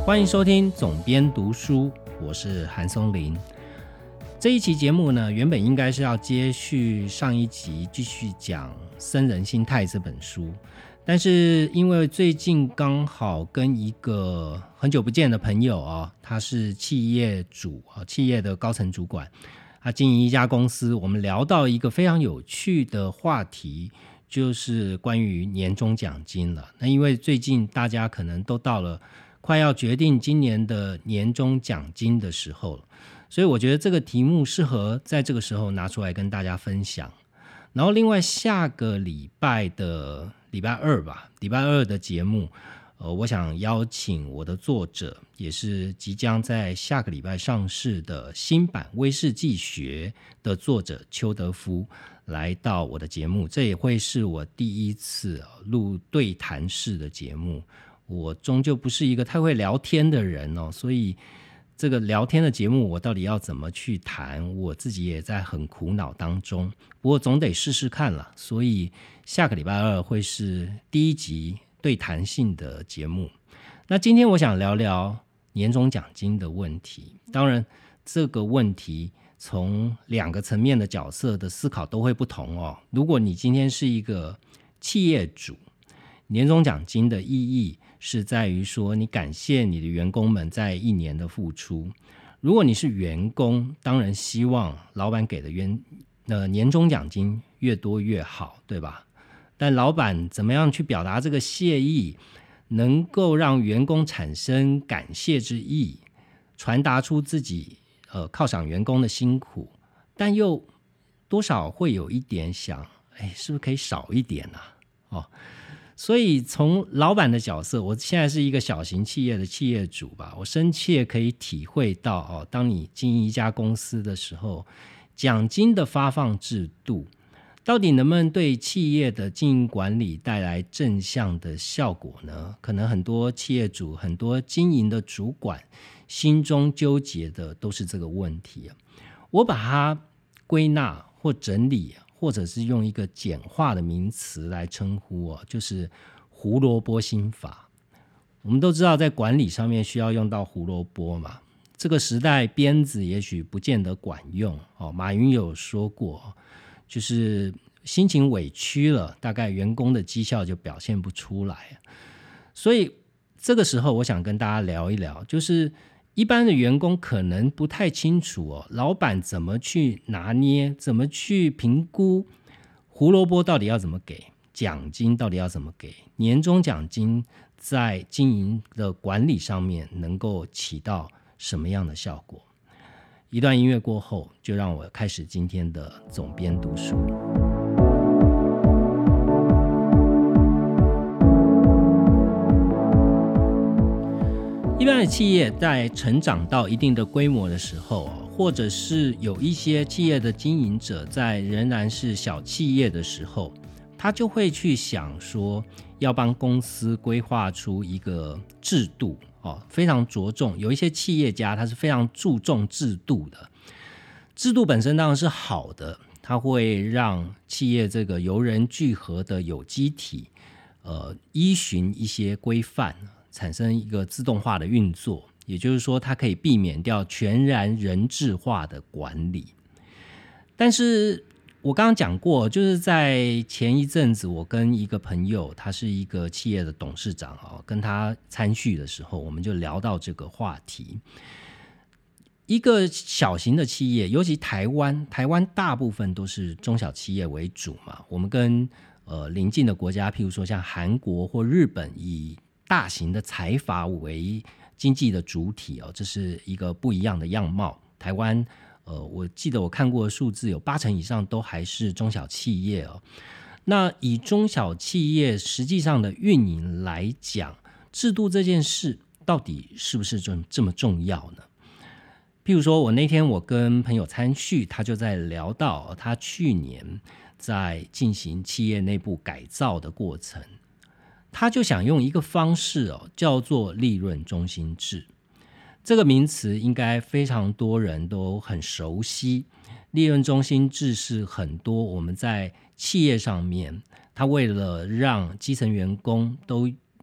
欢迎收听总编读书，我是韩松林。这一期节目呢，原本应该是要接续上一集继续讲《僧人心态》这本书，但是因为最近刚好跟一个很久不见的朋友他是企业主企业的高层主管，他经营一家公司，我们聊到一个非常有趣的话题，就是关于年终奖金了。那因为最近大家可能都到了快要决定今年的年终奖金的时候了，所以我觉得这个题目适合在这个时候拿出来跟大家分享。然后另外下个礼拜的礼拜二的节目，我想邀请我的作者，也是即将在下个礼拜上市的新版《威士忌学》的作者邱德夫来到我的节目。这也会是我第一次录对谈式的节目。我终究不是一个太会聊天的人所以这个聊天的节目我到底要怎么去谈，我自己也在很苦恼当中，不过总得试试看了。所以下个礼拜二会是第一集对谈性的节目。那今天我想聊聊年终奖金的问题。当然这个问题从两个层面的角色的思考都会不同如果你今天是一个企业主，年终奖金的意义是在于说你感谢你的员工们在一年的付出。如果你是员工，当然希望老板给的年终奖金越多越好，对吧？但老板怎么样去表达这个谢意，能够让员工产生感谢之意，传达出自己犒赏员工的辛苦，但又多少会有一点想是不是可以少一点所以从老板的角色，我现在是一个小型企业的企业主吧，我深切可以体会到当你经营一家公司的时候，奖金的发放制度到底能不能对企业的经营管理带来正向的效果呢？可能很多企业主，很多经营的主管心中纠结的都是这个问题我把它归纳或整理，或者是用一个简化的名词来称呼就是胡萝卜心法。我们都知道在管理上面需要用到胡萝卜嘛，这个时代鞭子也许不见得管用马云有说过，就是心情委屈了，大概员工的绩效就表现不出来。所以这个时候我想跟大家聊一聊，就是一般的员工可能不太清楚老板怎么去拿捏，怎么去评估胡萝卜到底要怎么给，奖金到底要怎么给，年终奖金在经营的管理上面能够起到什么样的效果。一段音乐过后，就让我开始今天的总编读书。一般的企业在成长到一定的规模的时候，或者是有一些企业的经营者在仍然是小企业的时候，他就会去想说要帮公司规划出一个制度非常着重，有一些企业家他是非常注重制度的。制度本身当然是好的，它会让企业这个由人聚合的有机体依循一些规范，产生一个自动化的运作，也就是说它可以避免掉全然人治化的管理。但是我刚刚讲过，就是在前一阵子我跟一个朋友，他是一个企业的董事长跟他参叙的时候，我们就聊到这个话题。一个小型的企业，尤其台湾大部分都是中小企业为主嘛，我们跟邻近的国家，譬如说像韩国或日本，以大型的财阀为经济的主体这是一个不一样的样貌。台湾我记得我看过的数字有80%以上都还是中小企业那以中小企业实际上的运营来讲，制度这件事到底是不是这么重要呢？譬如说我那天我跟朋友参叙，他就在聊到他去年在进行企业内部改造的过程，他就想用一个方式叫做利润中心制。这个名词应该非常多人都很熟悉。利润中心制是很多我们在企业上面，他为了让基层员工都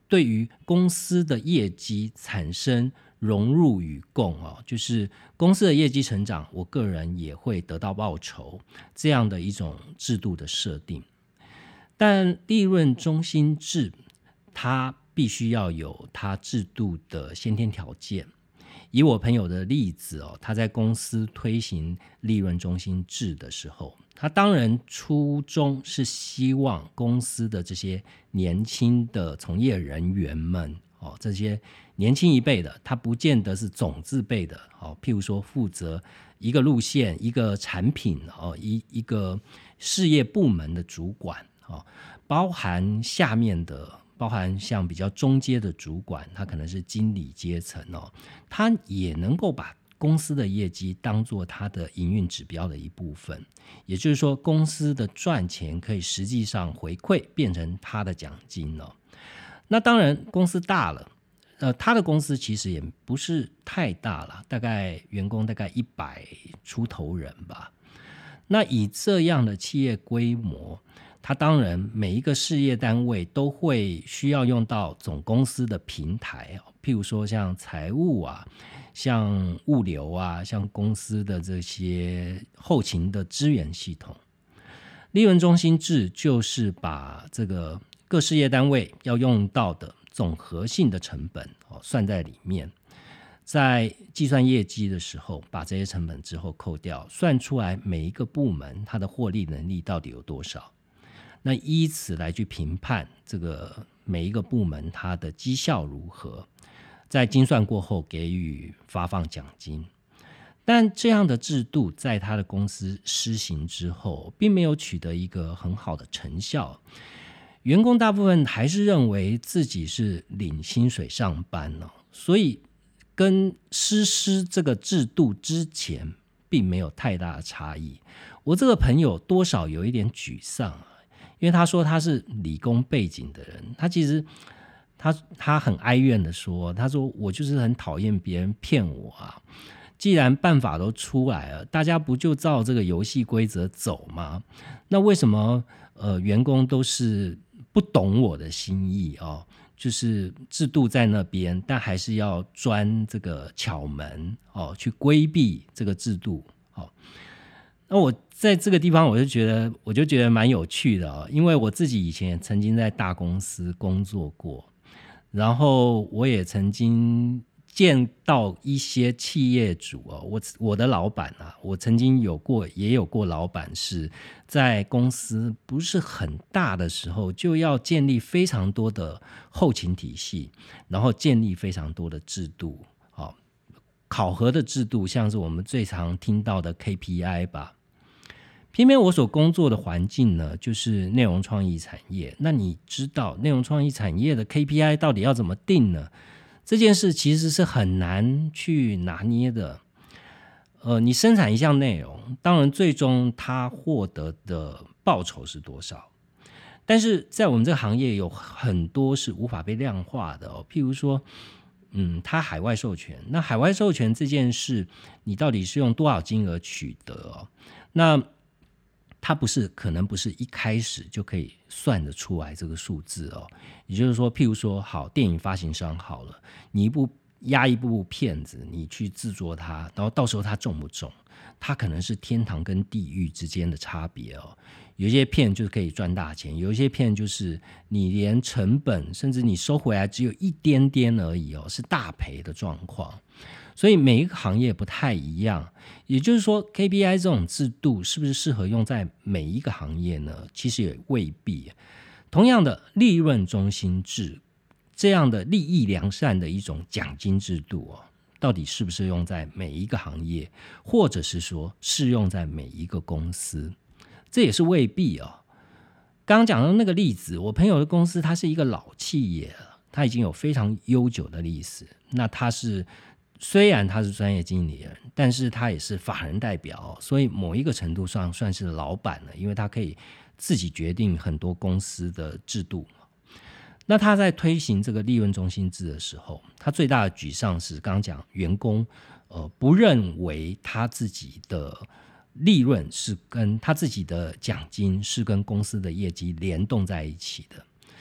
对于公司的业绩产生荣辱与共就是公司的业绩成长，我个人也会得到报酬，这样的一种制度的设定。但利润中心制它必须要有它制度的先天条件。以我朋友的例子他在公司推行利润中心制的时候，他当然初衷是希望公司的这些年轻的从业人员们这些年轻一辈的，他不见得是种字辈的譬如说负责一个路线、一个产品一个事业部门的主管包含下面的，包含像比较中阶的主管，他可能是经理阶层他也能够把公司的业绩当作他的营运指标的一部分，也就是说公司的赚钱可以实际上回馈变成他的奖金那当然公司大了他的公司其实也不是太大了，大概员工大概100出头人吧。那以这样的企业规模，它当然每一个事业单位都会需要用到总公司的平台譬如说像财务像物流像公司的这些后勤的资源系统。利润中心制就是把这个各事业单位要用到的总核性的成本算在里面，在计算业绩的时候把这些成本之后扣掉，算出来每一个部门它的获利能力到底有多少，那依此来去评判这个每一个部门它的绩效如何，在精算过后给予发放奖金。但这样的制度在他的公司施行之后并没有取得一个很好的成效，员工大部分还是认为自己是领薪水上班所以跟实施这个制度之前并没有太大的差异。我这个朋友多少有一点沮丧因为他说他是理工背景的人，他其实他很哀怨的说，他说我就是很讨厌别人骗我既然办法都出来了，大家不就照这个游戏规则走吗？那为什么员工都是不懂我的心意就是制度在那边，但还是要钻这个巧门去规避这个制度那我在这个地方我就觉得蛮有趣的因为我自己以前也曾经在大公司工作过，然后我也曾经见到一些企业主我的老板我曾经也有过老板是在公司不是很大的时候就要建立非常多的后勤体系，然后建立非常多的制度考核的制度，像是我们最常听到的 KPI 吧。偏偏我所工作的环境呢就是内容创意产业，那你知道内容创意产业的 KPI 到底要怎么定呢？这件事其实是很难去拿捏的你生产一项内容，当然最终它获得的报酬是多少，但是在我们这个行业有很多是无法被量化的譬如说它海外授权，那海外授权这件事你到底是用多少金额取得那它可能不是一开始就可以算得出来这个数字也就是说譬如说好电影发行商好了，你压一部片子你去制作它，然后到时候它中不中，它可能是天堂跟地狱之间的差别有些片就是可以赚大钱，有一些片就是你连成本甚至你收回来只有一点点而已是大赔的状况。所以每一个行业不太一样，也就是说 KPI 这种制度是不是适合用在每一个行业呢？其实也未必。同样的利润中心制这样的利益良善的一种奖金制度到底是不是用在每一个行业，或者是说适用在每一个公司，这也是未必刚刚讲到那个例子，我朋友的公司它是一个老企业了，它已经有非常悠久的历史，那虽然他是专业经理人，但是他也是法人代表所以某一个程度上算是老板了，因为他可以自己决定很多公司的制度。那他在推行这个利润中心制的时候，他最大的沮丧是刚刚讲员工不认为他自己的利润是跟他自己的奖金是跟公司的业绩联动在一起的。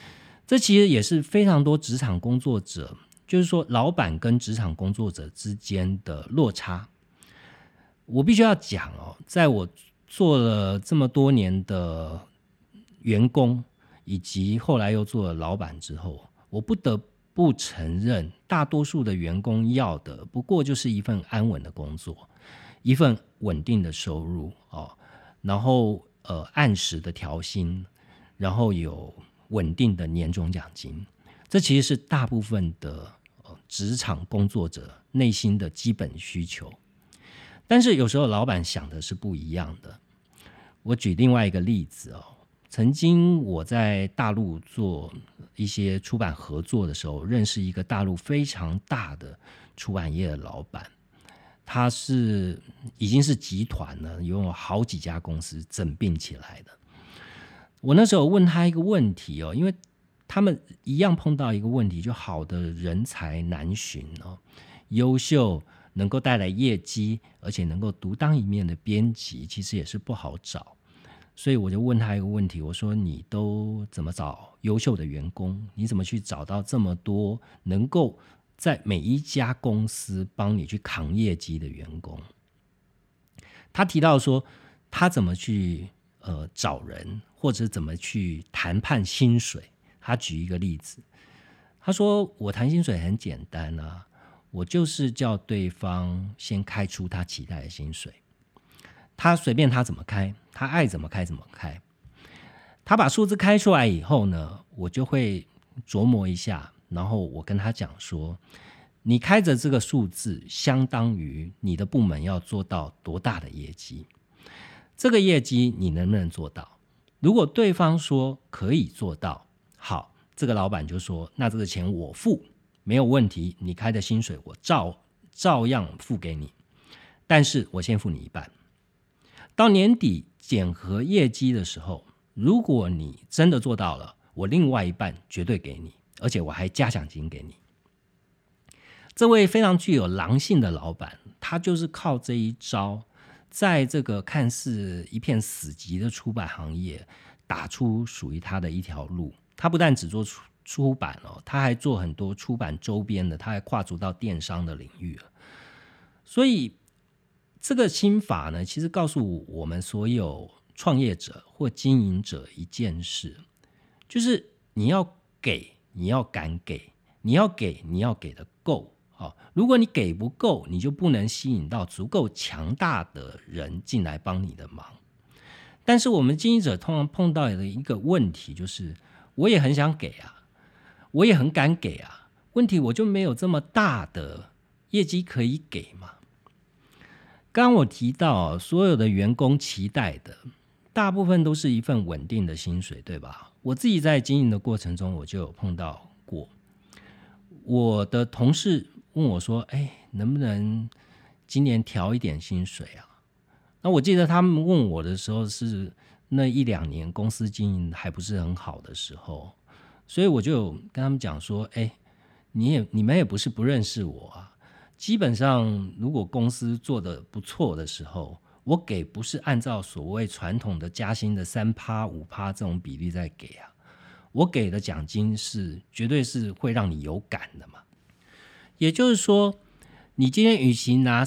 这其实也是非常多职场工作者，就是说老板跟职场工作者之间的落差。我必须要讲在我做了这么多年的员工，以及后来又做了老板之后，我不得不承认，大多数的员工要的不过就是一份安稳的工作，一份稳定的收入然后按时的调薪，然后有稳定的年终奖金，这其实是大部分的职场工作者内心的基本需求。但是有时候老板想的是不一样的。我举另外一个例子曾经我在大陆做一些出版合作的时候，认识一个大陆非常大的出版业的老板，他已经是集团了，有好几家公司整并起来的。我那时候问他一个问题因为他们一样碰到一个问题，就好的人才难寻优秀能够带来业绩，而且能够独当一面的编辑，其实也是不好找。所以我就问他一个问题，我说你都怎么找优秀的员工？你怎么去找到这么多能够在每一家公司帮你去扛业绩的员工？他提到说他怎么去找人，或者怎么去谈判薪水。他举一个例子，他说我谈薪水很简单啊，我就是叫对方先开出他期待的薪水，他随便他怎么开，他爱怎么开怎么开。他把数字开出来以后呢，我就会琢磨一下，然后我跟他讲说，你开着这个数字相当于你的部门要做到多大的业绩，这个业绩你能不能做到？如果对方说可以做到，好，这个老板就说那这个钱我付，没有问题，你开的薪水我照样付给你，但是我先付你一半。到年底检核业绩的时候，如果你真的做到了，我另外一半绝对给你，而且我还加奖金给你。这位非常具有狼性的老板，他就是靠这一招，在这个看似一片死寂的出版行业打出属于他的一条路。他不但只做出版他还做很多出版周边的，他还跨足到电商的领域了。所以这个心法呢，其实告诉我们所有创业者或经营者一件事，就是你要给，你要敢给，你要给，你要给的够。如果你给不够，你就不能吸引到足够强大的人进来帮你的忙。但是我们经营者通常碰到的一个问题就是，我也很想给啊，我也很敢给啊，问题我就没有这么大的业绩可以给嘛。刚刚我提到所有的员工期待的大部分都是一份稳定的薪水，对吧？我自己在经营的过程中我就有碰到过，我的同事问我说能不能今年调一点薪水啊？那我记得他们问我的时候是那1-2年公司经营还不是很好的时候，所以我就有跟他们讲说你们也不是不认识我啊，基本上如果公司做得不错的时候，我给不是按照所谓传统的加薪的 3%、5% 这种比例在给啊，我给的奖金是绝对是会让你有感的嘛。也就是说，你今天与其拿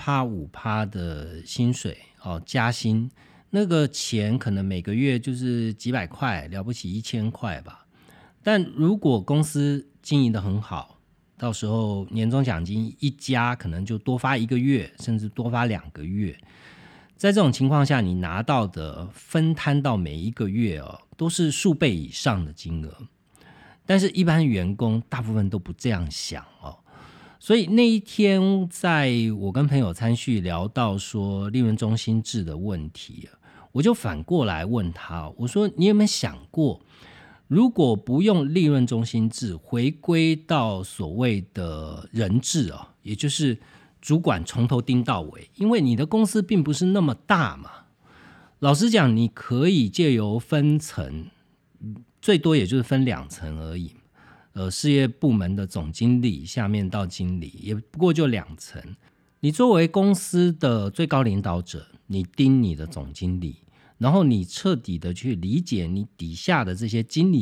3%、5% 的薪水加薪，那个钱可能每个月就是几百块，了不起1000块吧。但如果公司经营得很好，到时候年终奖金一加，可能就多发1个月，甚至多发2个月。在这种情况下，你拿到的分摊到每一个月都是数倍以上的金额。但是一般员工大部分都不这样想所以那一天在我跟朋友参叙聊到说利润中心制的问题，我就反过来问他，我说你有没有想过，如果不用利润中心制，回归到所谓的人制也就是主管从头盯到尾，因为你的公司并不是那么大嘛。老实讲，你可以借由分层，最多也就是分2层而已。事业部门的总经理下面到经理，也不过就2层。你作为公司的最高领导者，你盯你的总经理，然后你彻底的去理解你底下的这些经理们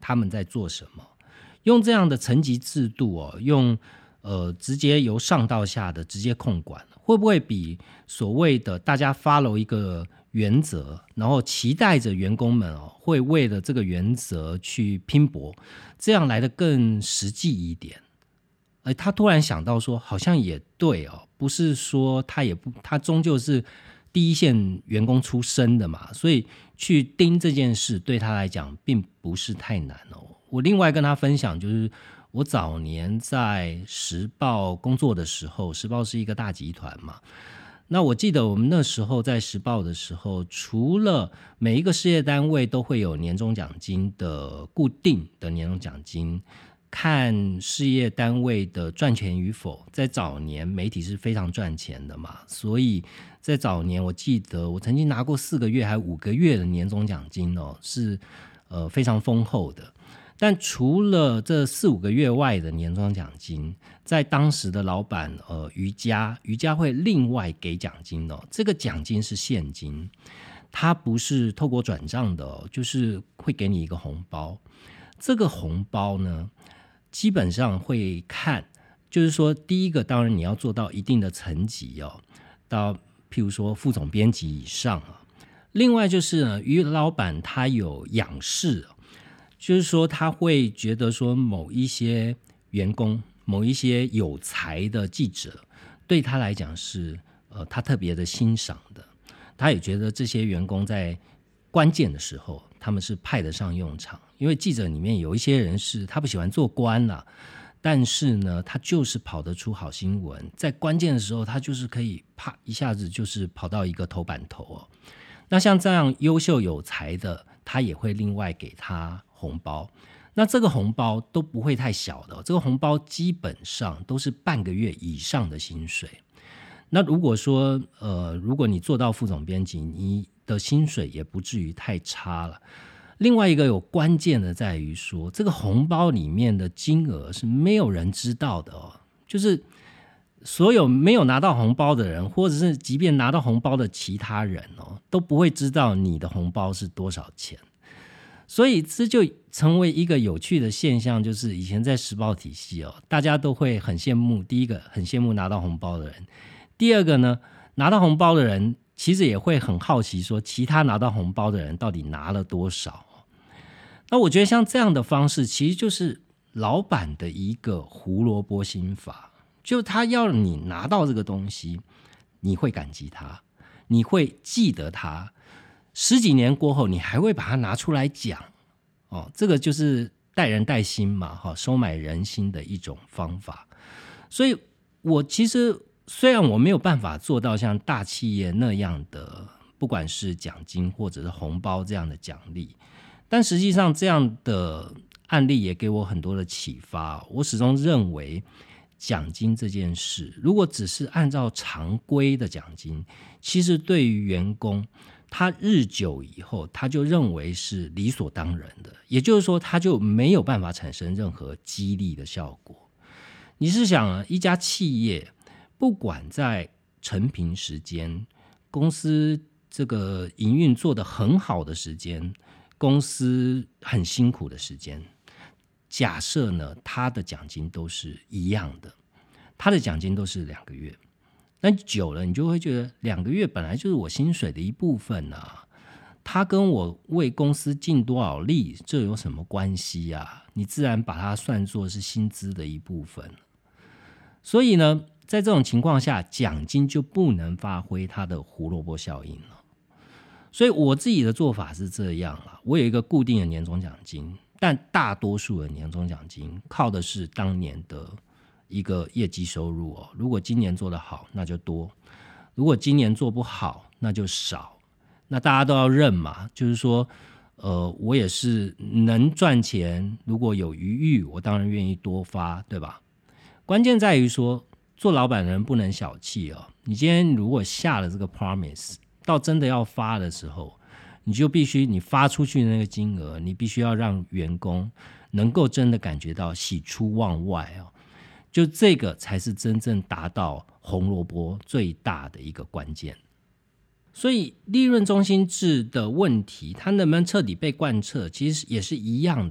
他们在做什么。用这样的层级制度用直接由上到下的直接控管，会不会比所谓的大家 follow 一个原则，然后期待着员工们会为了这个原则去拼搏，这样来得更实际一点？他突然想到说，好像也对不是说他终究是第一线员工出身的嘛，所以去盯这件事对他来讲并不是太难我另外跟他分享，就是我早年在时报工作的时候，时报是一个大集团嘛，那我记得我们那时候在时报的时候，除了每一个事业单位都会有年终奖金的固定的年终奖金，看事业单位的赚钱与否，在早年媒体是非常赚钱的嘛，所以在早年我记得我曾经拿过4个月还5个月的年终奖金是非常丰厚的。但除了这4-5个月外的年终奖金，在当时的老板余家会另外给奖金这个奖金是现金，它不是透过转账的就是会给你一个红包。这个红包呢，基本上会看，就是说第一个当然你要做到一定的层级到譬如说副总编辑以上另外就是呢，余老板他有仰视就是说他会觉得说某一些员工，某一些有才的记者对他来讲是他特别的欣赏的，他也觉得这些员工在关键的时候他们是派得上用场。因为记者里面有一些人是他不喜欢做官但是呢他就是跑得出好新闻，在关键的时候他就是可以啪一下子就是跑到一个头版头那像这样优秀有才的，他也会另外给他红包，那这个红包都不会太小的这个红包基本上都是半个月以上的薪水。那如果说如果你做到副总编辑，你的薪水也不至于太差了。另外一个有关键的在于说，这个红包里面的金额是没有人知道的就是所有没有拿到红包的人，或者是即便拿到红包的其他人都不会知道你的红包是多少钱。所以这就成为一个有趣的现象，就是以前在时报体系大家都会很羡慕，第一个很羡慕拿到红包的人，第二个呢，拿到红包的人其实也会很好奇说其他拿到红包的人到底拿了多少。那我觉得像这样的方式其实就是老板的一个胡萝卜心法，就他要你拿到这个东西，你会感激他，你会记得他，10几年过后你还会把它拿出来讲这个就是带人带心嘛收买人心的一种方法。所以我其实虽然我没有办法做到像大企业那样的不管是奖金或者是红包这样的奖励，但实际上这样的案例也给我很多的启发。我始终认为奖金这件事，如果只是按照常规的奖金，其实对于员工他日久以后他就认为是理所当然的，也就是说他就没有办法产生任何激励的效果。你是想一家企业不管在成平时间，公司这个营运做得很好的时间，公司很辛苦的时间，假设呢他的奖金都是一样的，他的奖金都是2个月，那久了你就会觉得2个月本来就是我薪水的一部分他跟我为公司尽多少力这有什么关系你自然把它算作是薪资的一部分。所以呢在这种情况下，奖金就不能发挥它的胡萝卜效应了。所以我自己的做法是这样我有一个固定的年终奖金，但大多数的年终奖金靠的是当年的一个业绩收入如果今年做得好那就多，如果今年做不好那就少。那大家都要认嘛，就是说我也是能赚钱，如果有余裕我当然愿意多发，对吧？关键在于说做老板的人不能小气你今天如果下了这个 promise， 到真的要发的时候，你就必须你发出去的那个金额，你必须要让员工能够真的感觉到喜出望外就这个才是真正达到红萝卜最大的一个关键。所以利润中心制的问题它能不能彻底被贯彻，其实也是一样的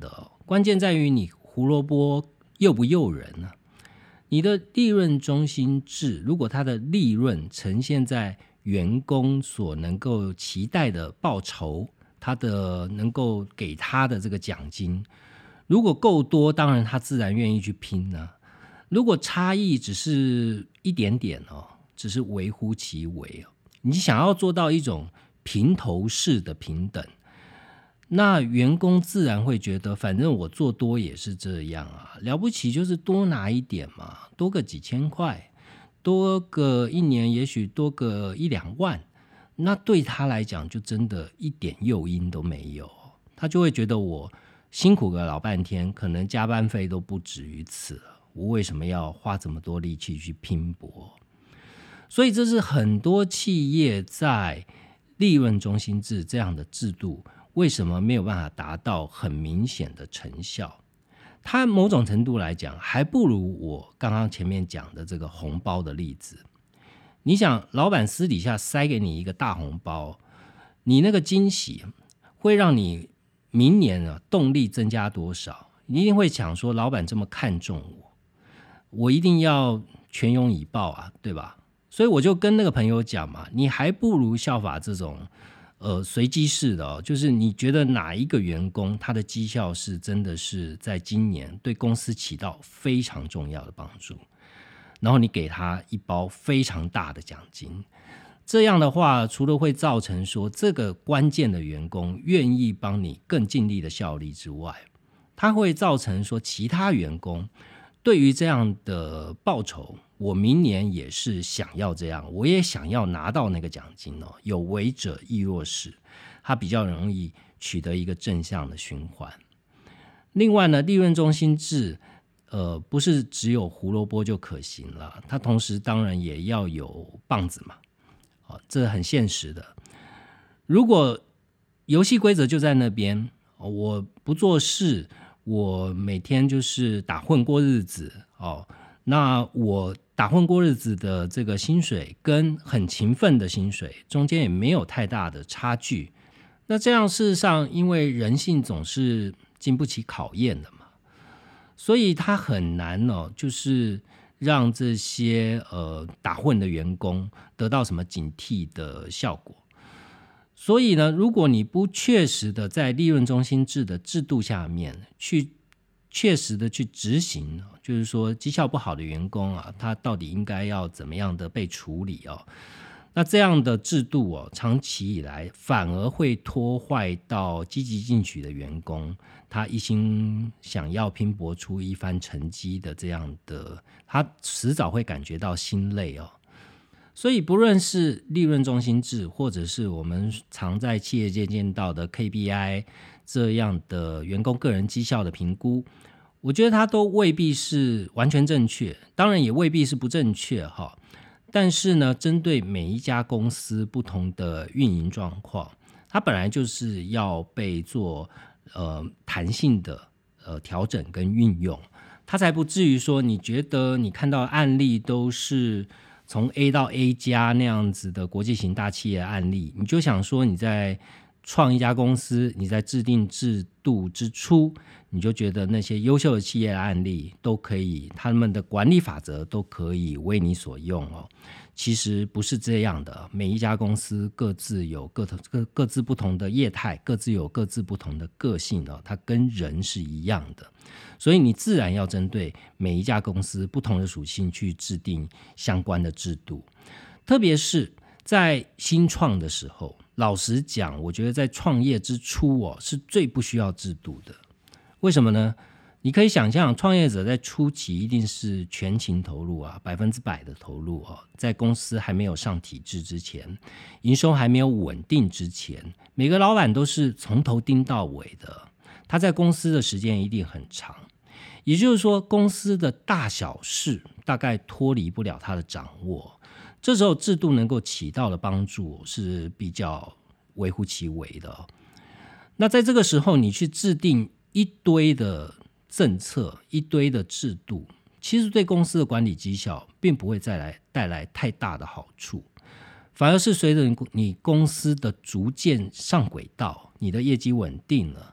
关键在于你胡萝卜诱不诱人呢？你的利润中心制，如果它的利润呈现在员工所能够期待的报酬，他的能够给他的这个奖金，如果够多，当然他自然愿意去拼呢。如果差异只是一点点只是微乎其微你想要做到一种平头式的平等，那员工自然会觉得，反正我做多也是这样啊，了不起就是多拿一点嘛，多个几千块，多个一年也许多个一两万，那对他来讲就真的一点诱因都没有，他就会觉得我辛苦个老半天，可能加班费都不止于此了，我为什么要花这么多力气去拼搏？所以这是很多企业在利润中心制这样的制度为什么没有办法达到很明显的成效。它某种程度来讲还不如我刚刚前面讲的这个红包的例子。你想老板私底下塞给你一个大红包，你那个惊喜会让你明年动力增加多少？你一定会想说，老板这么看重我一定要全勇以报啊，对吧？所以我就跟那个朋友讲嘛，你还不如效法这种随机式的就是你觉得哪一个员工他的绩效是真的是在今年对公司起到非常重要的帮助，然后你给他一包非常大的奖金，这样的话除了会造成说这个关键的员工愿意帮你更尽力的效力之外，它会造成说其他员工对于这样的报酬，我明年也是想要这样，我也想要拿到那个奖金有为者亦若是，它比较容易取得一个正向的循环。另外呢，利润中心制不是只有胡萝卜就可行了，它同时当然也要有棒子嘛，这很现实的。如果游戏规则就在那边，我不做事，我每天就是打混过日子那我打混过日子的这个薪水跟很勤奋的薪水中间也没有太大的差距，那这样事实上因为人性总是经不起考验的嘛，所以他很难就是让这些打混的员工得到什么警惕的效果。所以呢，如果你不确实的在利润中心制的制度下面去确实的去执行，就是说绩效不好的员工他到底应该要怎么样的被处理那这样的制度长期以来反而会拖坏到积极进取的员工，他一心想要拼搏出一番成绩的这样的，他迟早会感觉到心累所以不论是利润中心制，或者是我们常在企业界见到的 KPI 这样的员工个人绩效的评估，我觉得它都未必是完全正确，当然也未必是不正确但是呢，针对每一家公司不同的运营状况，它本来就是要被做弹性的调整跟运用，它才不至于说你觉得你看到案例都是从 A 到 A 加那样子的国际型大企业案例，你就想说你在创一家公司，你在制定制度之初，你就觉得那些优秀的企业案例都可以，他们的管理法则都可以为你所用其实不是这样的，每一家公司各自有各自不同的业态，各自有各自不同的个性它跟人是一样的，所以你自然要针对每一家公司不同的属性去制定相关的制度。特别是在新创的时候，老实讲，我觉得在创业之初是最不需要制度的。为什么呢？你可以想象，创业者在初期一定是全情投入100%的投入在公司还没有上体制之前，营收还没有稳定之前，每个老板都是从头盯到尾的，他在公司的时间一定很长，也就是说公司的大小事大概脱离不了他的掌握，这时候制度能够起到的帮助是比较微乎其微的那在这个时候你去制定一堆的政策，一堆的制度，其实对公司的管理绩效并不会带来太大的好处，反而是随着你公司的逐渐上轨道，你的业绩稳定了，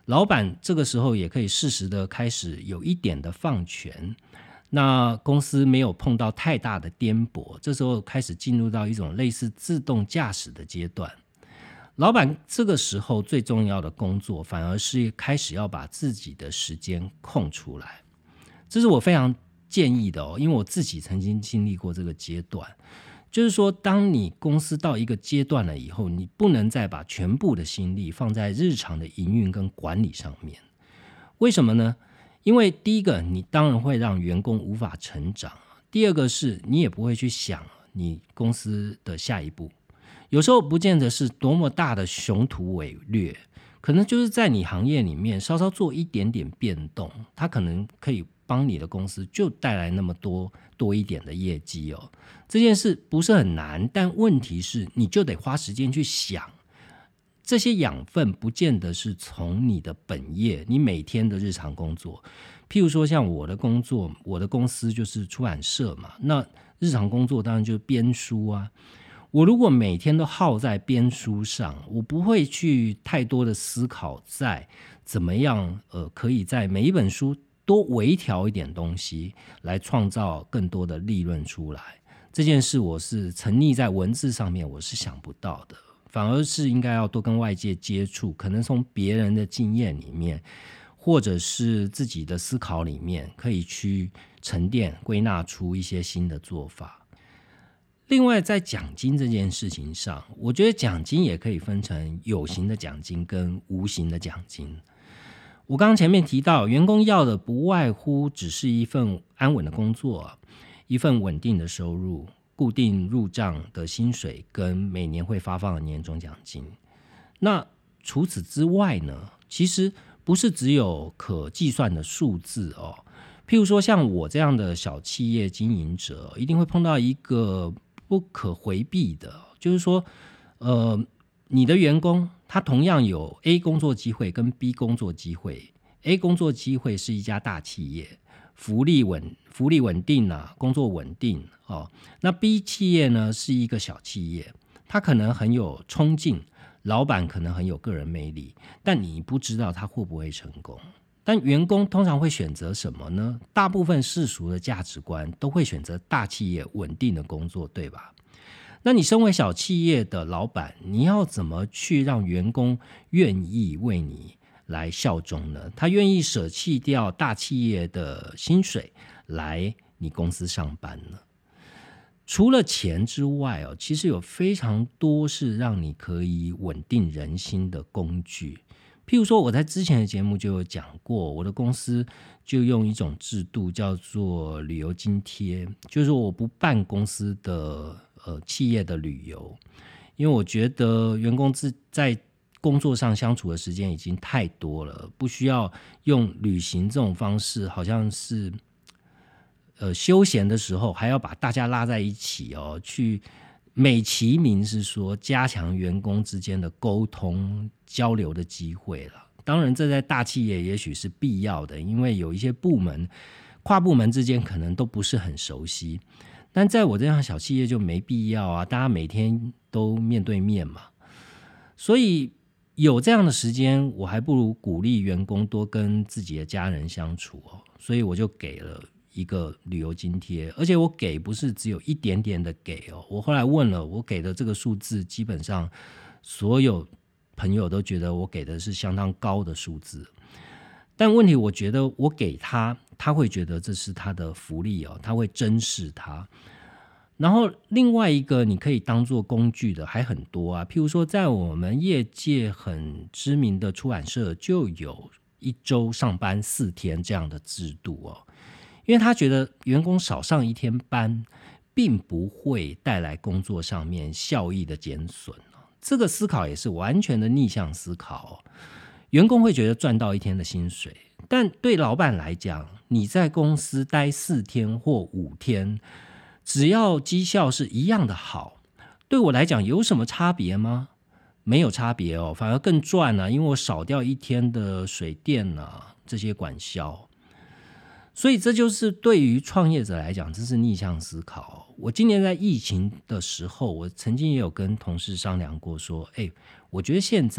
老板这个时候也可以适时的开始有一点的放权，那公司没有碰到太大的颠簸，这时候开始进入到一种类似自动驾驶的阶段。老板这个时候最重要的工作反而是开始要把自己的时间空出来，这是我非常建议的因为我自己曾经经历过这个阶段。就是说当你公司到一个阶段了以后，你不能再把全部的心力放在日常的营运跟管理上面。为什么呢？因为第一个，你当然会让员工无法成长，第二个是你也不会去想你公司的下一步。有时候不见得是多么大的雄图伟略，可能就是在你行业里面稍稍做一点点变动，它可能可以帮你的公司就带来那么多一点的业绩这件事不是很难，但问题是你就得花时间去想，这些养分不见得是从你的本业，你每天的日常工作。譬如说像我的工作，我的公司就是出版社嘛，那日常工作当然就是编书啊。我如果每天都耗在编书上，我不会去太多的思考在怎么样可以在每一本书多微调一点东西，来创造更多的利润出来。这件事我是沉溺在文字上面，我是想不到的，反而是应该要多跟外界接触，可能从别人的经验里面，或者是自己的思考里面，可以去沉淀归纳出一些新的做法。另外在奖金这件事情上，我觉得奖金也可以分成有形的奖金跟无形的奖金。我刚刚前面提到，员工要的不外乎只是一份安稳的工作，一份稳定的收入，固定入账的薪水跟每年会发放的年终奖金。那除此之外呢，其实不是只有可计算的数字譬如说像我这样的小企业经营者，一定会碰到一个不可回避的，就是说你的员工他同样有 A 工作机会跟 B 工作机会。 A 工作机会是一家大企业，福利稳定工作稳定那 B 企业呢是一个小企业，他可能很有冲劲，老板可能很有个人魅力，但你不知道他会不会成功。但员工通常会选择什么呢？大部分世俗的价值观都会选择大企业稳定的工作，对吧？那你身为小企业的老板，你要怎么去让员工愿意为你来效忠呢？他愿意舍弃掉大企业的薪水来你公司上班呢？除了钱之外其实有非常多是让你可以稳定人心的工具。譬如说我在之前的节目就有讲过，我的公司就用一种制度叫做旅游津贴，就是我不办公司的企业的旅游，因为我觉得员工在工作上相处的时间已经太多了，不需要用旅行这种方式，好像是休闲的时候还要把大家拉在一起去美其名是说加强员工之间的沟通交流的机会了。当然这在大企业也许是必要的，因为有一些部门跨部门之间可能都不是很熟悉，但在我这样小企业就没必要大家每天都面对面嘛。所以有这样的时间，我还不如鼓励员工多跟自己的家人相处所以我就给了一个旅游津贴，而且我给不是只有一点点的给我后来问了，我给的这个数字基本上所有朋友都觉得我给的是相当高的数字。但问题我觉得我给他会觉得这是他的福利他会珍视他。然后另外一个你可以当做工具的还很多譬如说在我们业界很知名的出版社就有1周上班4天这样的制度因为他觉得员工少上1天班并不会带来工作上面效益的减损这个思考也是完全的逆向思考员工会觉得赚到1天的薪水，但对老板来讲，你在公司待4天或5天，只要绩效是一样的好，对我来讲有什么差别吗？没有差别反而更赚因为我少掉1天的水电这些管销。所以这就是对于创业者来讲，这是逆向思考我今年在疫情的时候，我曾经也有跟同事商量过说我觉得现在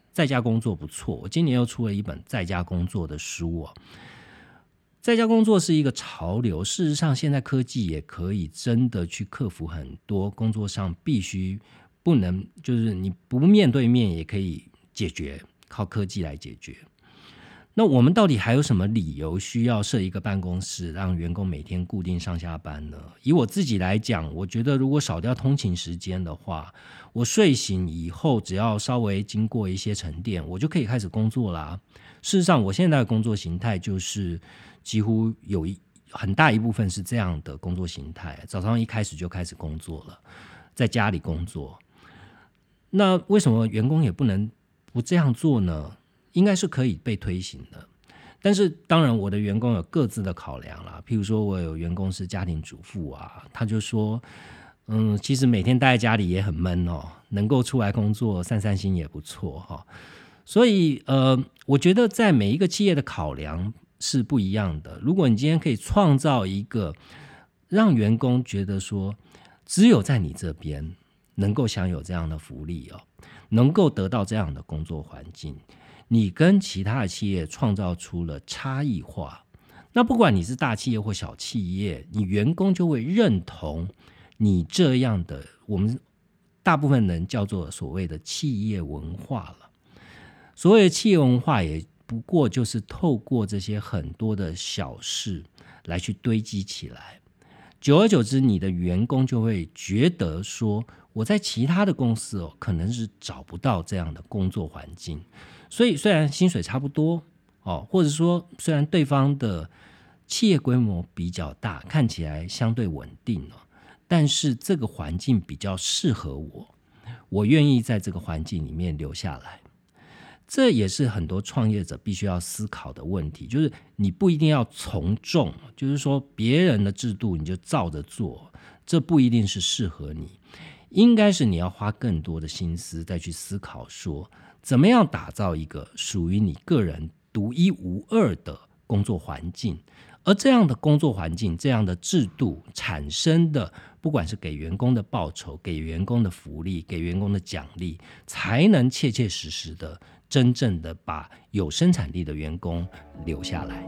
在家工作不错，我今年又出了一本在家工作的书哦。在家工作是一个潮流，事实上现在科技也可以真的去克服很多工作上必须不能，就是你不面对面也可以解决，靠科技来解决。那我们到底还有什么理由需要设一个办公室，让员工每天固定上下班呢？以我自己来讲，我觉得如果少掉通勤时间的话，我睡醒以后只要稍微经过一些沉淀，我就可以开始工作啦。事实上我现在的工作形态就是几乎有很大一部分是这样的工作形态，早上一开始就开始工作了，在家里工作。那为什么员工也不能不这样做呢？应该是可以被推行的，但是当然我的员工有各自的考量啦。譬如说我有员工是家庭主妇啊，他就说其实每天待在家里也很闷哦，能够出来工作散散心也不错哦。所以我觉得在每一个企业的考量是不一样的。如果你今天可以创造一个让员工觉得说只有在你这边能够享有这样的福利哦，能够得到这样的工作环境，你跟其他的企业创造出了差异化，那不管你是大企业或小企业，你员工就会认同你这样的，我们大部分人叫做所谓的企业文化了。所谓的企业文化也不过就是透过这些很多的小事来去堆积起来，久而久之，你的员工就会觉得说，我在其他的公司可能是找不到这样的工作环境。所以虽然薪水差不多或者说虽然对方的企业规模比较大，看起来相对稳定但是这个环境比较适合我愿意在这个环境里面留下来。这也是很多创业者必须要思考的问题，就是你不一定要从众，就是说别人的制度你就照着做，这不一定是适合你。应该是你要花更多的心思再去思考说，怎么样打造一个属于你个人独一无二的工作环境，而这样的工作环境，这样的制度产生的，不管是给员工的报酬，给员工的福利，给员工的奖励，才能切切实实的真正的把有生产力的员工留下来。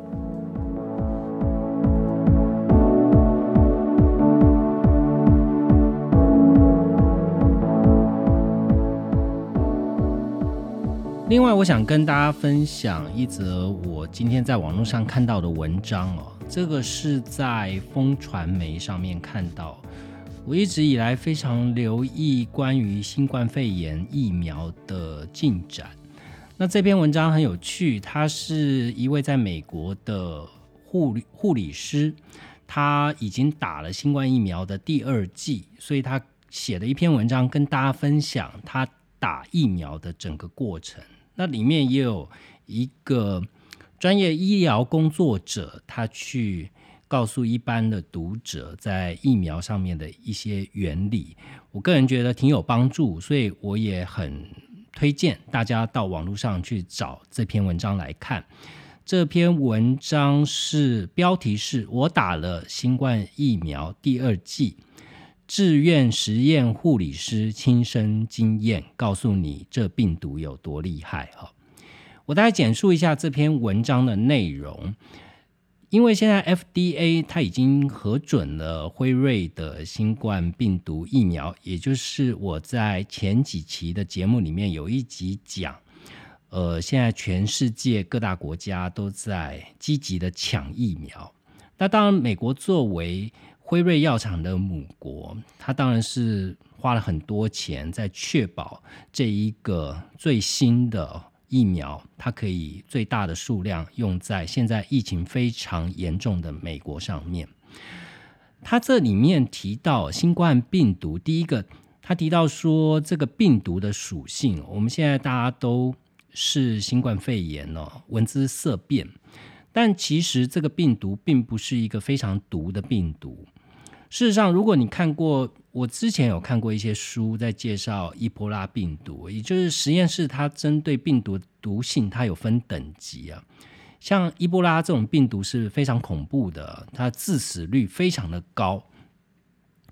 另外我想跟大家分享一则我今天在网络上看到的文章这个是在风传媒上面看到。我一直以来非常留意关于新冠肺炎疫苗的进展。那这篇文章很有趣，他是一位在美国的护理师，他已经打了新冠疫苗的第2剂，所以他写了一篇文章跟大家分享他打疫苗的整个过程。那里面也有一个专业医疗工作者，他去告诉一般的读者在疫苗上面的一些原理，我个人觉得挺有帮助，所以我也很推荐大家到网络上去找这篇文章来看。这篇文章是标题是我打了新冠疫苗第2剂，志愿实验护理师亲身经验告诉你这病毒有多厉害。我大概简述一下这篇文章的内容。因为现在 FDA 它已经核准了辉瑞的新冠病毒疫苗，也就是我在前几期的节目里面有一集讲现在全世界各大国家都在积极的抢疫苗。那当然美国作为辉瑞药厂的母国，它当然是花了很多钱在确保这一个最新的疫苗它可以最大的数量用在现在疫情非常严重的美国上面。它这里面提到新冠病毒，第一个他提到说这个病毒的属性，我们现在大家都是新冠肺炎闻之色变，但其实这个病毒并不是一个非常毒的病毒。事实上如果你看过，我之前有看过一些书在介绍伊波拉病毒，也就是实验室它针对病毒的毒性它有分等级啊。像伊波拉这种病毒是非常恐怖的，它致死率非常的高。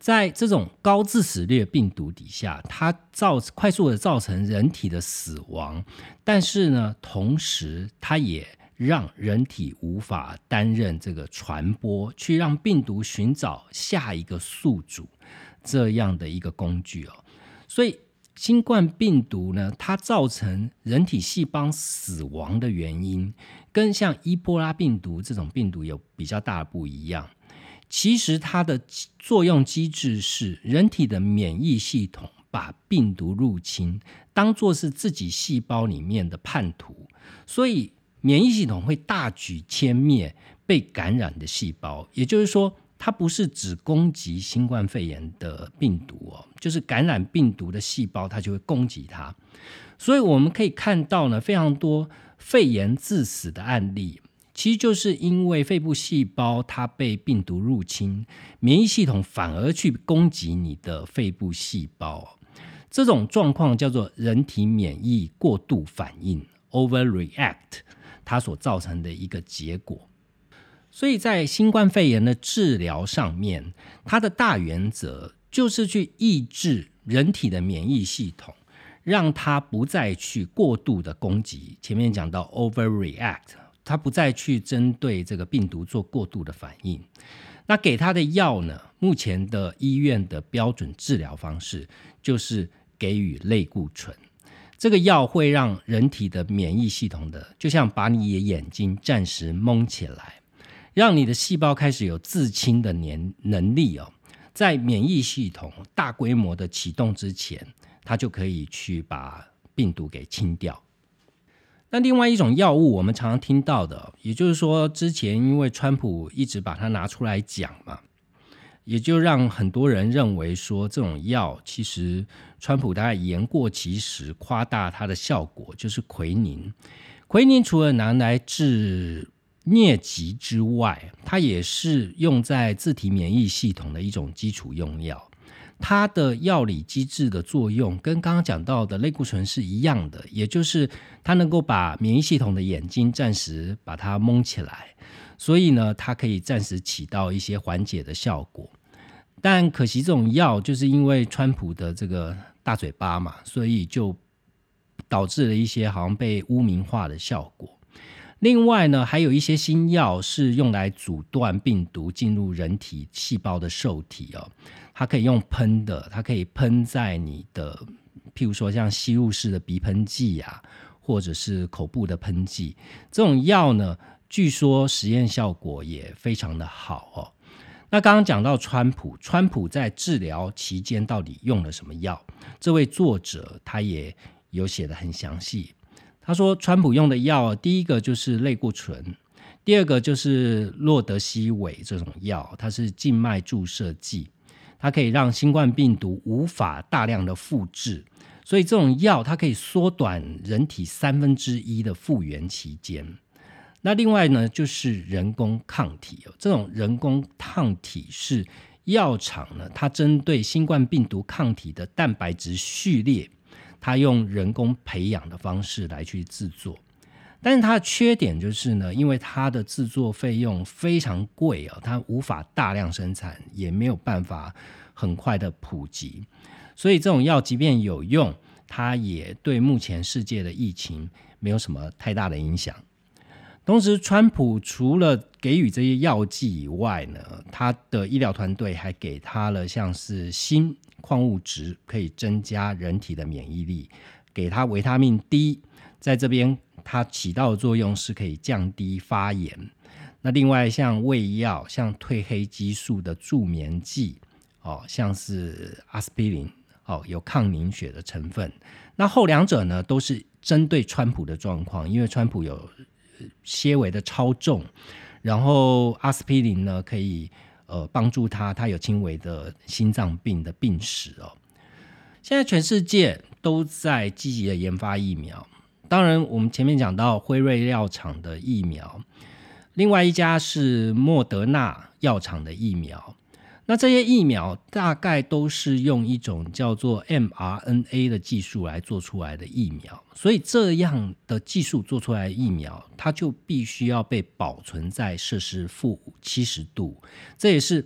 在这种高致死率的病毒底下，它快速的造成人体的死亡，但是呢，同时它也让人体无法担任这个传播，去让病毒寻找下一个宿主这样的一个工具哦。所以新冠病毒呢，它造成人体细胞死亡的原因，跟像伊波拉病毒这种病毒有比较大的不一样。其实它的作用机制是人体的免疫系统把病毒入侵当作是自己细胞里面的叛徒，所以免疫系统会大举歼灭被感染的细胞。也就是说，它不是只攻击新冠肺炎的病毒哦，就是感染病毒的细胞它就会攻击它。所以我们可以看到呢，非常多肺炎致死的案例，其实就是因为肺部细胞它被病毒入侵，免疫系统反而去攻击你的肺部细胞。这种状况叫做人体免疫过度反应 overreact， 它所造成的一个结果。所以在新冠肺炎的治疗上面，它的大原则就是去抑制人体的免疫系统，让它不再去过度的攻击。前面讲到 overreact， 它不再去针对这个病毒做过度的反应。那给它的药呢，目前的医院的标准治疗方式就是给予类固醇。这个药会让人体的免疫系统就像把你的眼睛暂时蒙起来，让你的细胞开始有自清的能力哦。在免疫系统大规模的启动之前，它就可以去把病毒给清掉。那另外一种药物我们常常听到的，也就是说之前因为川普一直把它拿出来讲嘛，也就让很多人认为说这种药其实川普大概言过其实，夸大它的效果，就是奎宁。奎宁除了拿来治疟疾之外，它也是用在自体免疫系统的一种基础用药。它的药理机制的作用跟刚刚讲到的类固醇是一样的，也就是它能够把免疫系统的眼睛暂时把它蒙起来，所以呢，它可以暂时起到一些缓解的效果。但可惜这种药就是因为川普的这个大嘴巴嘛，所以就导致了一些好像被污名化的效果。另外呢，还有一些新药是用来阻断病毒进入人体细胞的受体哦。它可以用喷的，它可以喷在你的，譬如说像吸入式的鼻喷剂啊，或者是口部的喷剂。这种药呢，据说实验效果也非常的好哦。那刚刚讲到川普在治疗期间到底用了什么药？这位作者他也有写得很详细。他说川普用的药，第一个就是类固醇，第二个就是洛德西韦这种药，它是静脉注射剂，它可以让新冠病毒无法大量的复制，所以这种药它可以缩短人体1/3的复原期间。那另外呢，就是人工抗体，这种人工抗体是药厂呢，它针对新冠病毒抗体的蛋白质序列，它用人工培养的方式来去制作。但是它的缺点就是呢，因为它的制作费用非常贵哦，它无法大量生产，也没有办法很快的普及，所以这种药即便有用，它也对目前世界的疫情没有什么太大的影响。同时川普除了给予这些药剂以外呢，他的医疗团队还给他了像是锌、矿物质，可以增加人体的免疫力，给他维他命 D， 在这边它起到的作用是可以降低发炎。那另外像胃药，像褪黑激素的助眠剂，像是阿司匹林，有抗凝血的成分。那后两者呢，都是针对川普的状况，因为川普有些微的超重，然后阿司匹林呢可以帮助他有轻微的心脏病的病史哦。现在全世界都在积极的研发疫苗，当然我们前面讲到辉瑞药厂的疫苗，另外一家是莫德纳药厂的疫苗。那这些疫苗大概都是用一种叫做 mRNA 的技术来做出来的疫苗，所以这样的技术做出来的疫苗，它就必须要被保存在摄氏-70°，这也是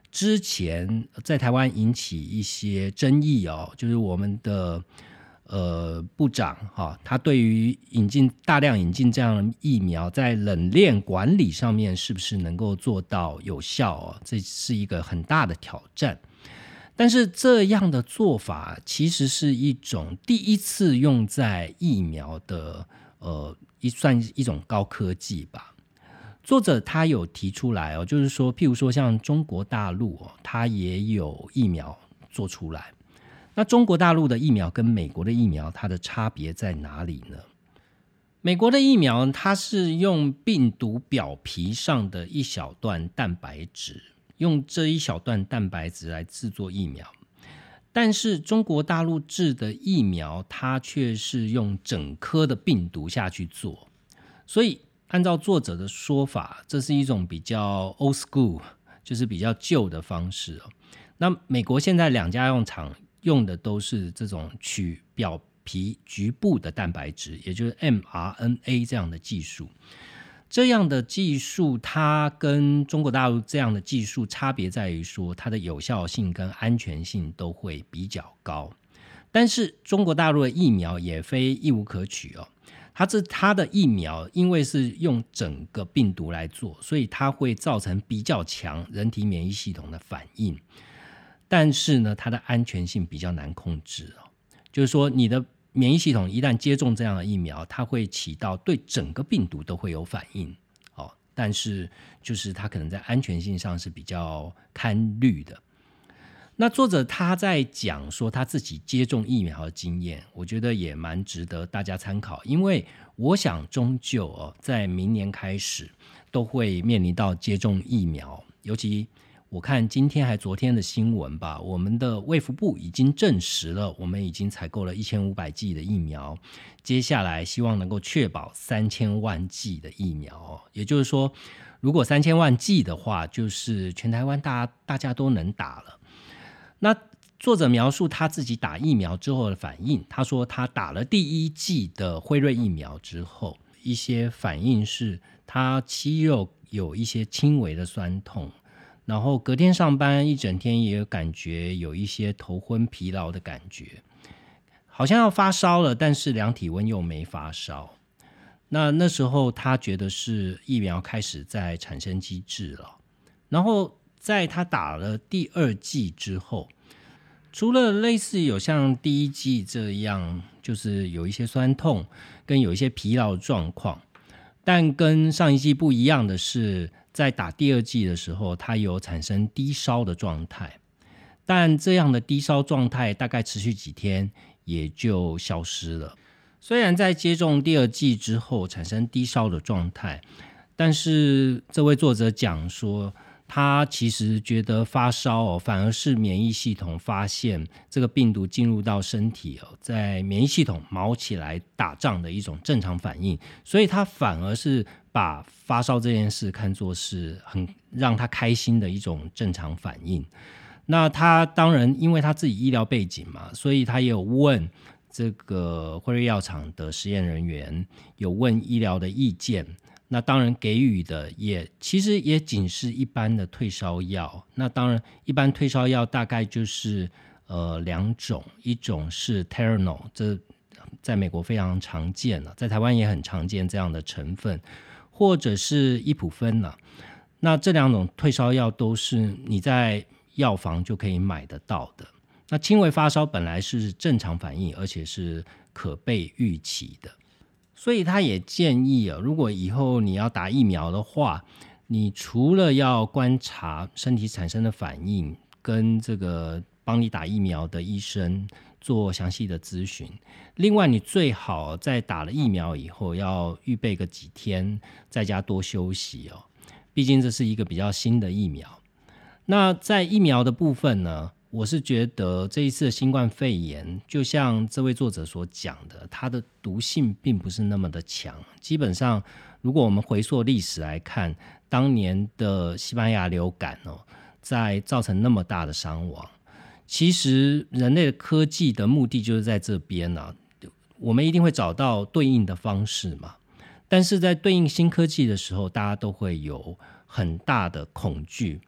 之前在台湾引起一些争议就是我们的部长他对于大量引进这样的疫苗在冷链管理上面是不是能够做到有效这是一个很大的挑战。但是这样的做法其实是一种第一次用在疫苗的算一种高科技吧。作者他有提出来就是说譬如说像中国大陆他也有疫苗做出来，那中国大陆的疫苗跟美国的疫苗它的差别在哪里呢？美国的疫苗它是用病毒表皮上的一小段蛋白质，用这一小段蛋白质来制作疫苗，但是中国大陆制的疫苗它却是用整颗的病毒下去做，所以按照作者的说法，这是一种比较 old school， 就是比较旧的方式那美国现在两家用厂用的都是这种取表皮局部的蛋白质，也就是 mRNA 这样的技术。这样的技术它跟中国大陆这样的技术差别在于说，它的有效性跟安全性都会比较高。但是中国大陆的疫苗也非一无可取它的疫苗因为是用整个病毒来做，所以它会造成比较强人体免疫系统的反应，但是呢它的安全性比较难控制就是说你的免疫系统一旦接种这样的疫苗，它会起到对整个病毒都会有反应但是就是它可能在安全性上是比较堪虑的。那作者他在讲说他自己接种疫苗的经验，我觉得也蛮值得大家参考，因为我想终究在明年开始都会面临到接种疫苗，尤其我看今天还昨天的新闻吧，我们的卫福部已经证实了，我们已经采购了1500剂的疫苗，接下来希望能够确保3000万剂的疫苗也就是说如果3000万剂的话，就是全台湾大家都能打了。那作者描述他自己打疫苗之后的反应，他说他打了第1剂的辉瑞疫苗之后，一些反应是他肌肉有一些轻微的酸痛，然后隔天上班一整天也有感觉有一些头昏疲劳的感觉，好像要发烧了，但是量体温又没发烧。那时候他觉得是疫苗开始在产生机制了。然后在他打了第2剂之后，除了类似有像第1剂这样就是有一些酸痛跟有一些疲劳状况，但跟上一剂不一样的是，在打第2剂的时候他有产生低烧的状态，但这样的低烧状态大概持续几天也就消失了。虽然在接种第2剂之后产生低烧的状态，但是这位作者讲说他其实觉得发烧反而是免疫系统发现这个病毒进入到身体在免疫系统毛起来打仗的一种正常反应，所以他反而是把发烧这件事看作是很让他开心的一种正常反应。那他当然因为他自己医疗背景嘛，所以他也有问这个辉瑞药厂的实验人员，有问医疗的意见，那当然给予的其实也仅是一般的退烧药。那当然一般退烧药大概就是2种，一种是 Tylenol， 这在美国非常常见在台湾也很常见这样的成分，或者是伊普芬那这2种退烧药都是你在药房就可以买得到的。那轻微发烧本来是正常反应，而且是可被预期的。所以他也建议如果以后你要打疫苗的话，你除了要观察身体产生的反应，跟这个帮你打疫苗的医生做详细的咨询，另外你最好在打了疫苗以后要预备个几天，在家多休息毕竟这是一个比较新的疫苗。那在疫苗的部分呢，我是觉得这一次的新冠肺炎就像这位作者所讲的，它的毒性并不是那么的强。基本上如果我们回溯历史来看，当年的西班牙流感在造成那么大的伤亡，其实人类的科技的目的就是在这边我们一定会找到对应的方式嘛。但是在对应新科技的时候，大家都会有很大的恐惧，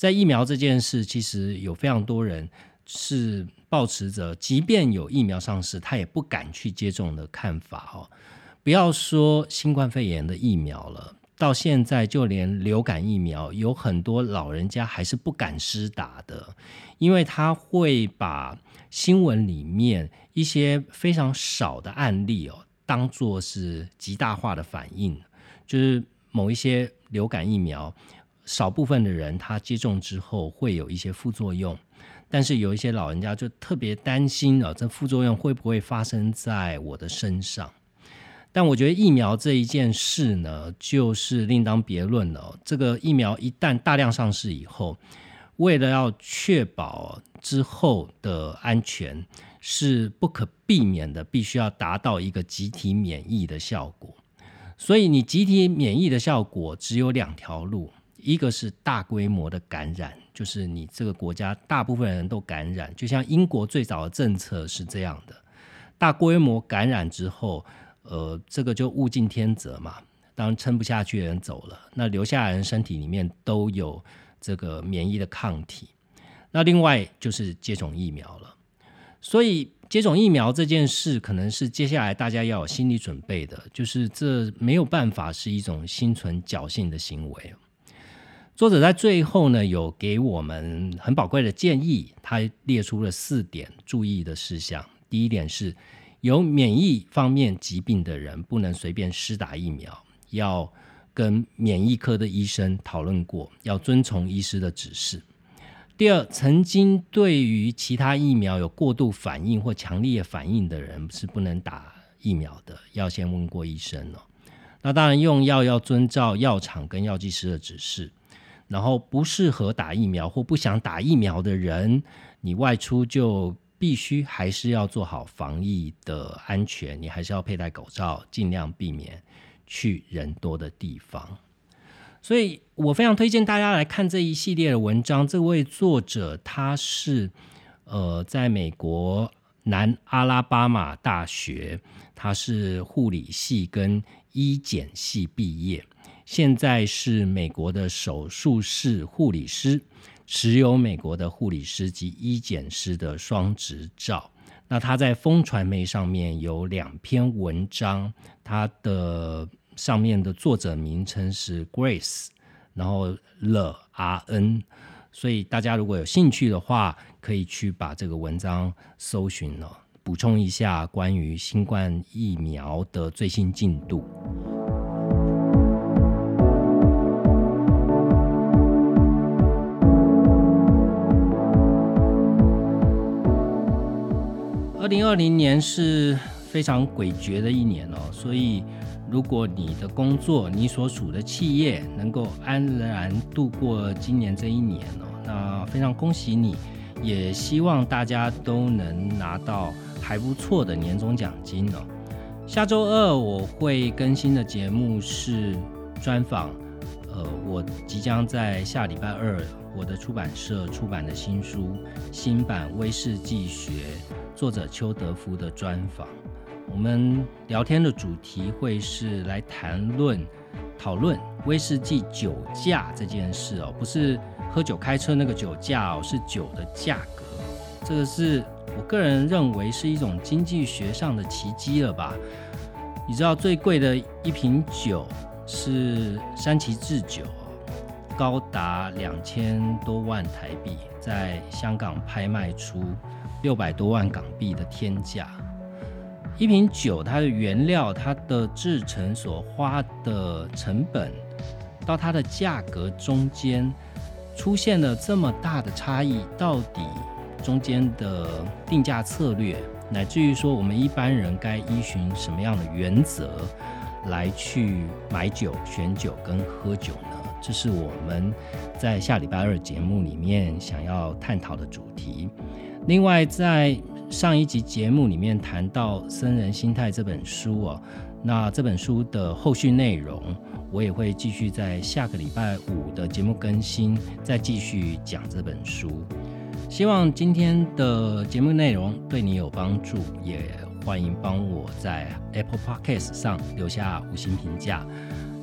在疫苗这件事，其实有非常多人是抱持着即便有疫苗上市他也不敢去接种的看法哦。不要说新冠肺炎的疫苗了，到现在就连流感疫苗有很多老人家还是不敢施打的，因为他会把新闻里面一些非常少的案例当作是极大化的反应，就是某一些流感疫苗少部分的人他接种之后会有一些副作用，但是有一些老人家就特别担心这副作用会不会发生在我的身上。但我觉得疫苗这一件事呢，就是另当别论了。这个疫苗一旦大量上市以后，为了要确保之后的安全，是不可避免的，必须要达到一个集体免疫的效果。所以你集体免疫的效果只有2条路，一个是大规模的感染，就是你这个国家大部分人都感染，就像英国最早的政策是这样的，大规模感染之后这个就物竞天择嘛，当撑不下去的人走了，那留下来的人身体里面都有这个免疫的抗体。那另外就是接种疫苗了，所以接种疫苗这件事可能是接下来大家要有心理准备的，就是这没有办法是一种心存侥幸的行为。作者在最后呢，有给我们很宝贵的建议，他列出了4点注意的事项。第一点是有免疫方面疾病的人不能随便施打疫苗，要跟免疫科的医生讨论过，要遵从医师的指示。第二，曾经对于其他疫苗有过度反应或强烈反应的人是不能打疫苗的，要先问过医生那当然用药要遵照药厂跟药剂师的指示，然后不适合打疫苗或不想打疫苗的人，你外出就必须还是要做好防疫的安全，你还是要佩戴口罩，尽量避免去人多的地方。所以我非常推荐大家来看这一系列的文章。这位作者他是在美国南阿拉巴马大学，他是护理系跟医检系毕业，现在是美国的手术室护理师，持有美国的护理师及医检师的双执照。那他在风传媒上面有2篇文章，他的上面的作者名称是 Grace， 然后 Le RN， 所以大家如果有兴趣的话，可以去把这个文章搜寻补充一下关于新冠疫苗的最新进度。2020年是非常诡谲的一年所以如果你的工作，你所属的企业能够安然度过今年这一年那非常恭喜你，也希望大家都能拿到还不错的年终奖金下周2我会更新的节目是专访我即将在下礼拜2我的出版社出版的新书新版威士忌学，作者邱德夫的专访。我们聊天的主题会是来讨论威士忌酒驾这件事不是喝酒开车那个酒驾是酒的价格。这个是我个人认为是一种经济学上的奇迹了吧。你知道最贵的一瓶酒是山崎制酒，高达2000多万台币，在香港拍卖出600多万港币的天价。一瓶酒它的原料，它的制成所花的成本到它的价格中间出现了这么大的差异，到底中间的定价策略，乃至于说我们一般人该依循什么样的原则来去买酒、选酒跟喝酒呢？这是我们在下礼拜2节目里面想要探讨的主题。另外在上一集节目里面谈到《僧人心态》这本书那这本书的后续内容我也会继续在下个礼拜5的节目更新，再继续讲这本书。希望今天的节目内容对你有帮助，也欢迎帮我在 Apple Podcast 上留下5星评价。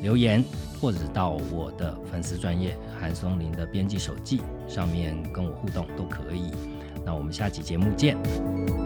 留言，或者到我的粉丝专页韩松林的编辑手记上面跟我互动都可以。那我们下期节目见。